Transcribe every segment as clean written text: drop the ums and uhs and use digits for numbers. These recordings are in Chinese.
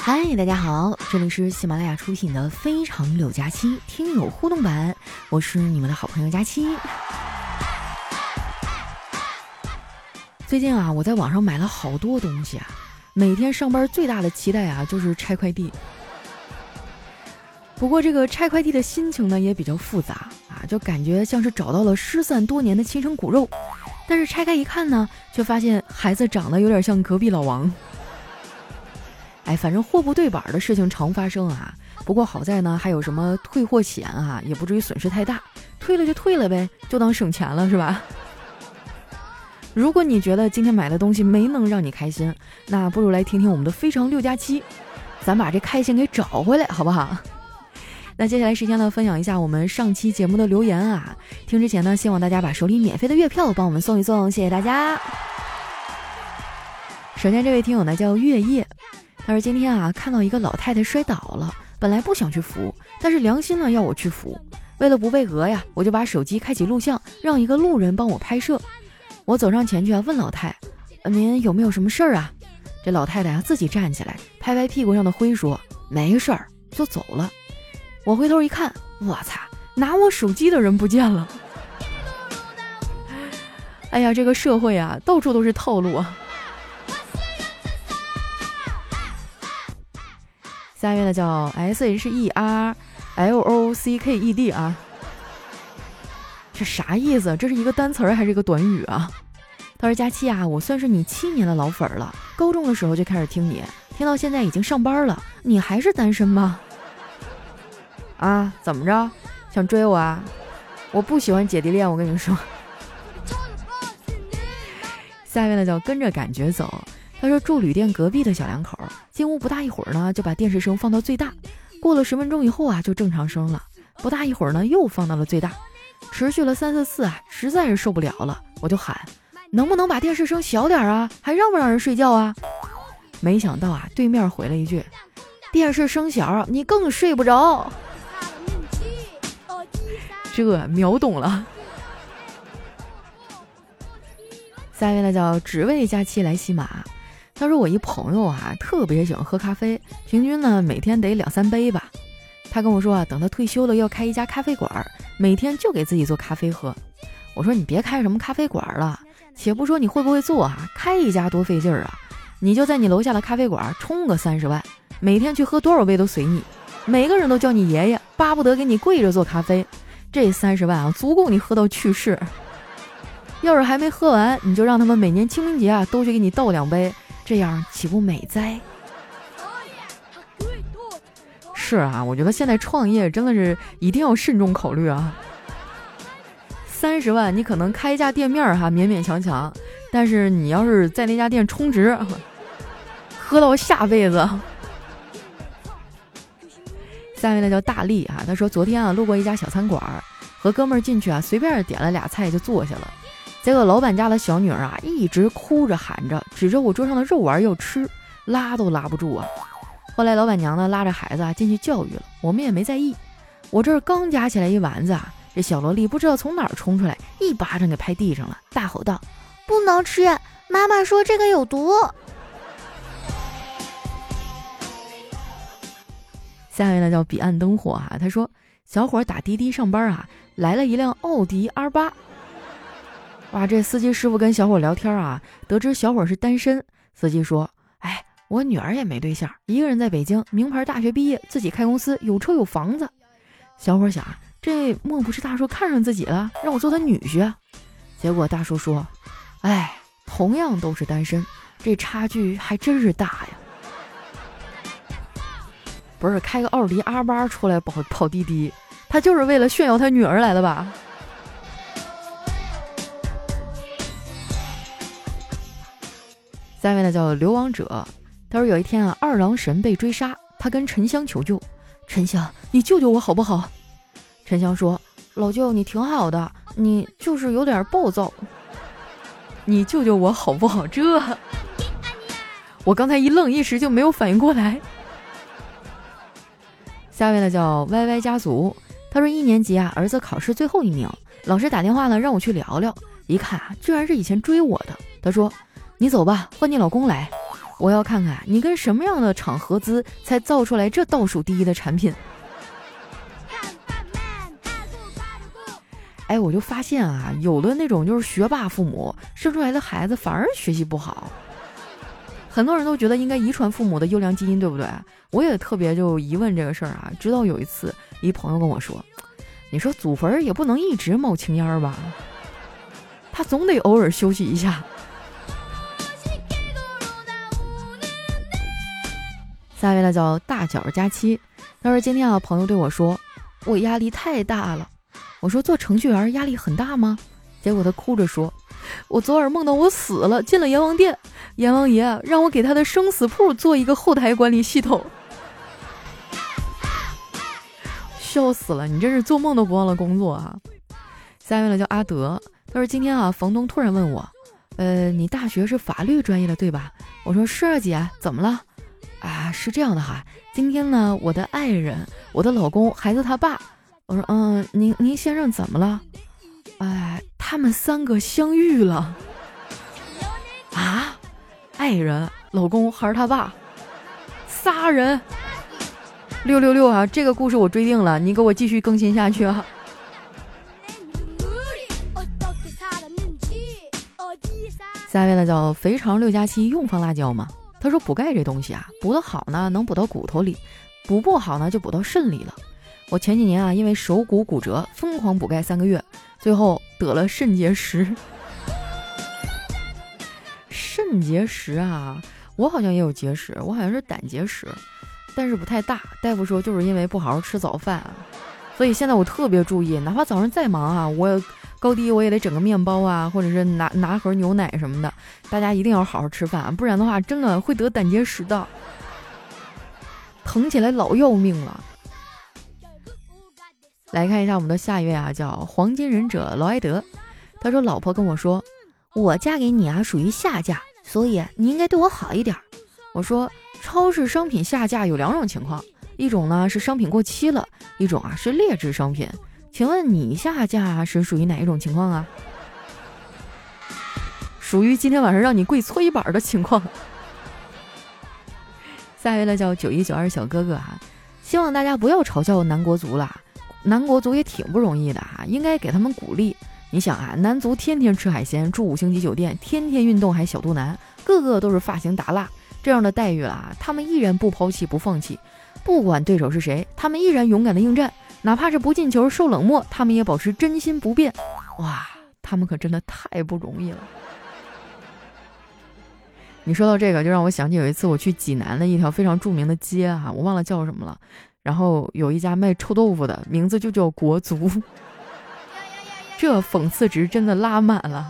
嗨，大家好，这里是喜马拉雅出品的非常柳佳期听友互动版，我是你们的好朋友佳期。最近啊，我在网上买了好多东西啊，每天上班最大的期待啊就是拆快递。不过这个拆快递的心情呢也比较复杂啊，就感觉像是找到了失散多年的亲生骨肉，但是拆开一看呢，却发现孩子长得有点像隔壁老王。反正货不对板的事情常发生啊。不过好在呢，还有什么退货险啊，也不至于损失太大，退了就退了呗，就当省钱了是吧？如果你觉得今天买的东西没能让你开心，那不如来听听我们的非常六加七，咱把这开心给找回来好不好？那接下来时间呢，分享一下我们上期节目的留言啊。听之前呢，希望大家把手里免费的月票帮我们送一送，谢谢大家。首先这位听友呢叫月夜，他说今天啊看到一个老太太摔倒了，本来不想去扶，但是良心呢要我去扶，为了不被讹呀，我就把手机开启录像，让一个路人帮我拍摄。我走上前去啊，问老太您有没有什么事儿啊？这老太太啊自己站起来，拍拍屁股上的灰说没事儿，就走了。我回头一看，我操，拿我手机的人不见了。哎呀，这个社会啊到处都是套路啊。下面的叫 SHERLOCKED 啊，这啥意思？这是一个单词儿还是一个短语啊？他说佳期啊，我算是你7年的老粉了，高中的时候就开始听你，听到现在已经上班了，你还是单身吗？啊，怎么着？想追我啊？我不喜欢姐弟恋，我跟你说。下面的叫跟着感觉走。他说住旅店隔壁的小两口进屋不大一会儿呢，就把电视声放到最大，过了10分钟以后啊就正常声了，不大一会儿呢又放到了最大，持续了3、4次啊，实在是受不了了，我就喊能不能把电视声小点啊，还让不让人睡觉啊？没想到啊对面回了一句电视声小你更睡不着。这秒懂了。下面呢叫只为佳期来西马。他说我一朋友啊特别喜欢喝咖啡，平均呢每天得2、3杯吧。他跟我说啊，等他退休了要开一家咖啡馆，每天就给自己做咖啡喝。我说你别开什么咖啡馆了，且不说你会不会做啊，开一家多费劲儿啊。你就在你楼下的咖啡馆充个30万，每天去喝多少杯都随你，每个人都叫你爷爷，巴不得给你跪着做咖啡。这30万啊足够你喝到去世。要是还没喝完，你就让他们每年清明节啊都去给你倒2杯，这样岂不美哉？是啊，我觉得现在创业真的是一定要慎重考虑啊。30万你可能开一家店面哈，勉勉强强，但是你要是在那家店充值，喝到下辈子。下面呢叫大力啊，他说昨天啊路过一家小餐馆，和哥们儿进去啊随便点了俩菜就坐下了。结果老板家的小女儿啊一直哭着喊着，指着我桌上的肉丸要吃，拉都拉不住啊。后来老板娘呢拉着孩子啊进去教育了，我们也没在意。我这儿刚夹起来一丸子啊，这小萝莉不知道从哪儿冲出来，一巴掌给拍地上了，大吼道不能吃，妈妈说这个有毒。下面呢叫彼岸灯火啊，他说小伙打滴滴上班啊，来了一辆奥迪 R8。哇，这司机师傅跟小伙聊天啊，得知小伙是单身。司机说我女儿也没对象，一个人在北京，名牌大学毕业，自己开公司，有车有房子。小伙想这莫不是大叔看上自己了，让我做他女婿啊？结果大叔说同样都是单身，这差距还真是大呀。不是开个奥迪 R8 出来跑滴滴，他就是为了炫耀他女儿来的吧？下面呢叫流亡者，他说有一天啊，二郎神被追杀，他跟沉香求救，沉香你救救我好不好？沉香说老舅你挺好的，你就是有点暴躁。你救救我好不好？这我刚才一愣，一时就没有反应过来。下面呢叫 YY 家族，他说1年级啊，儿子考试最后1名，老师打电话呢让我去聊聊，一看啊，居然是以前追我的。他说你走吧，换你老公来。 我要看看你跟什么样的厂合资才造出来这倒数第一的产品。哎，我就发现啊，有的那种就是学霸父母生出来的孩子反而学习不好。很多人都觉得应该遗传父母的优良基因，对不对？我也特别就疑问这个事儿啊。直到有一次，一朋友跟我说：“你说祖坟也不能一直冒青烟吧？他总得偶尔休息一下。”下一位呢叫大脚加七，他说今天啊，朋友对我说我压力太大了。我说做程序员压力很大吗？结果他哭着说，我昨晚梦到我死了，进了阎王殿，阎王爷让我给他的生死簿做一个后台管理系统。笑死了，你真是做梦都不忘了工作啊。下一位呢叫阿德，他说今天啊，房东突然问我，你大学是法律专业的对吧？我说是啊姐，怎么了？啊，是这样的哈，今天呢，我的爱人，我的老公，孩子他爸，我说您先生怎么了？哎，他们3个相遇了。啊，爱人、老公、孩儿他爸，3人。666啊，这个故事我追定了，你给我继续更新下去啊。下一位呢叫肥肠6+7用放辣椒吗？他说补钙这东西啊，补得好呢能补到骨头里，补不好呢就补到肾里了。我前几年啊因为手骨骨折疯狂补钙3个月，最后得了肾结石。肾结石啊，我好像也有结石，我好像是胆结石，但是不太大。大夫说就是因为不好好吃早饭啊，所以现在我特别注意，哪怕早上再忙啊，我高低我也得整个面包啊，或者是拿盒牛奶什么的。大家一定要好好吃饭，不然的话真的会得胆结石的，疼起来老要命了。来看一下我们的下一位啊，叫黄金忍者劳埃德。他说老婆跟我说，我嫁给你啊属于下嫁，所以你应该对我好一点。我说超市商品下架有2种情况，一种呢是商品过期了，一种啊是劣质商品。请问你下架是属于哪一种情况啊？属于今天晚上让你跪搓衣板的情况。下一位呢叫9192小哥哥啊，希望大家不要嘲笑南国族啦，南国族也挺不容易的啊，应该给他们鼓励。你想啊，男足天天吃海鲜，住5星级酒店，天天运动还小肚腩，个个都是发型打蜡，这样的待遇啦，他们依然不抛弃不放弃，不管对手是谁，他们依然勇敢的应战，哪怕是不进球受冷漠，他们也保持真心不变。哇，他们可真的太不容易了。你说到这个就让我想起有一次我去济南的一条非常著名的街啊，我忘了叫什么了，然后有一家卖臭豆腐的，名字就叫国足。这讽刺值真的拉满了。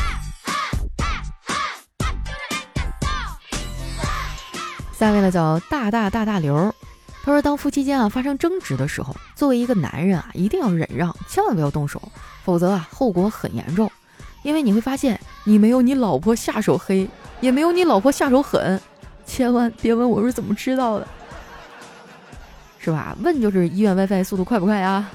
下面呢叫大刘，他说当夫妻间啊发生争执的时候，作为一个男人啊一定要忍让，千万不要动手，否则啊后果很严重。因为你会发现你没有你老婆下手黑，也没有你老婆下手狠，千万别问我是怎么知道的，是吧？问就是医院 WiFi 速度快不快啊？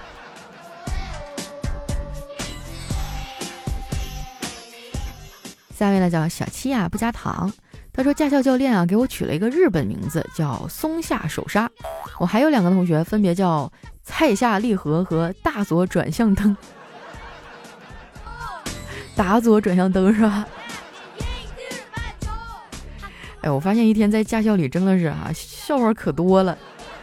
下面呢叫小七啊不加糖，他说驾校教练啊给我取了一个日本名字叫松下手刹，我还有2个同学分别叫菜下利和和大左转向灯。打左转向灯是吧？哎，我发现一天在驾校里真的是啊笑话可多了。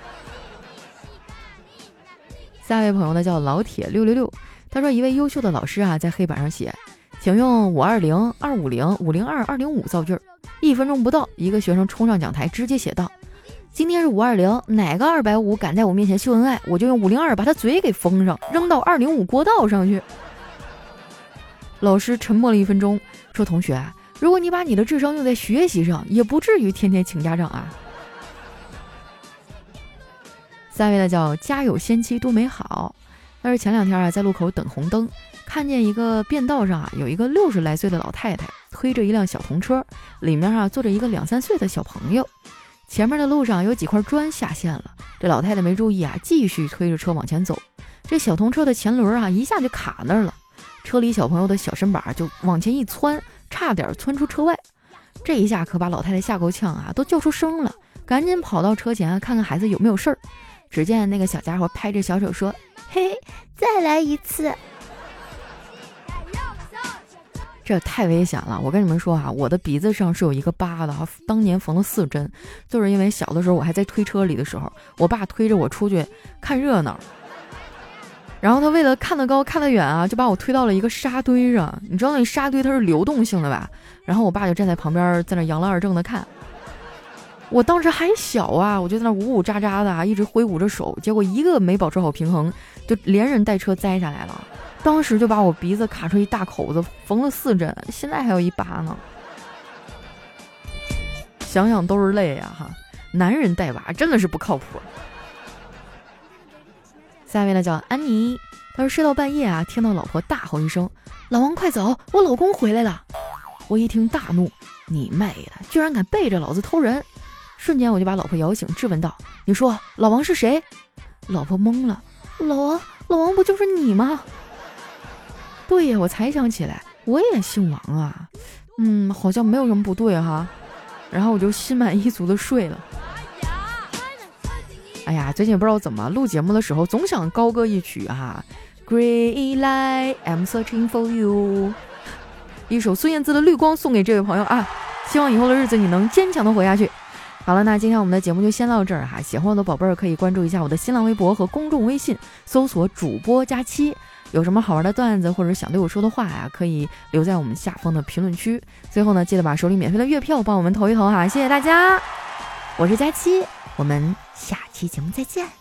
下一位朋友呢叫老铁666，他说一位优秀的老师啊在黑板上写，请用520、250、502、205造句。1分钟不到，一个学生冲上讲台直接写道，今天是520，哪个250敢在我面前秀恩爱，我就用502把他嘴给封上，扔到205国道上去。老师沉默了1分钟，说同学，如果你把你的智商用在学习上，也不至于天天请家长啊。下一位呢叫家有仙妻多美好，但是前2天啊在路口等红灯，看见一个便道上啊有一个60来岁的老太太推着一辆小童车，里面啊坐着一个2、3岁的小朋友，前面的路上有几块砖下陷了，这老太太没注意啊，继续推着车往前走，这小童车的前轮啊一下就卡那儿了，车里小朋友的小身板就往前一窜，差点窜出车外。 这一下可把老太太吓够呛啊，都叫出声了，赶紧跑到车前看看孩子有没有事儿。只见那个小家伙拍着小手说：“嘿，再来一次。”这太危险了！我跟你们说啊，我的鼻子上是有一个疤的，当年缝了4针，就是因为小的时候我还在推车里的时候，我爸推着我出去看热闹，然后他为了看得高看得远啊，就把我推到了一个沙堆上。你知道那沙堆它是流动性的吧？然后我爸就站在旁边在那扬了二正的看。我当时还小啊，我就在那呜呜喳喳的一直挥舞着手，结果一个没保持好平衡，就连人带车栽下来了。当时就把我鼻子卡出一大口子，缝了4针，现在还有一疤呢。想想都是泪呀哈！男人带娃真的是不靠谱。下面呢叫安妮，她说睡到半夜啊，听到老婆大吼一声：“老王快走，我老公回来了！”我一听大怒：“你妹的，居然敢背着老子偷人！”瞬间我就把老婆摇醒，质问道：“你说老王是谁？”老婆懵了：“老王不就是你吗？”对呀，我才想起来，我也姓王啊。好像没有什么不对哈。然后我就心满意足的睡了。哎呀，最近不知道怎么录节目的时候总想高歌一曲哈。Grey light, I'm searching for you。一首孙燕姿的《绿光》送给这位朋友啊，希望以后的日子你能坚强的活下去。好了，那今天我们的节目就先到这儿哈。喜欢我的宝贝儿可以关注一下我的新浪微博和公众微信，搜索主播佳期。有什么好玩的段子或者想对我说的话呀，可以留在我们下方的评论区。最后呢，记得把手里免费的月票帮我们投一投哈，谢谢大家。我是佳期，我们下期节目再见。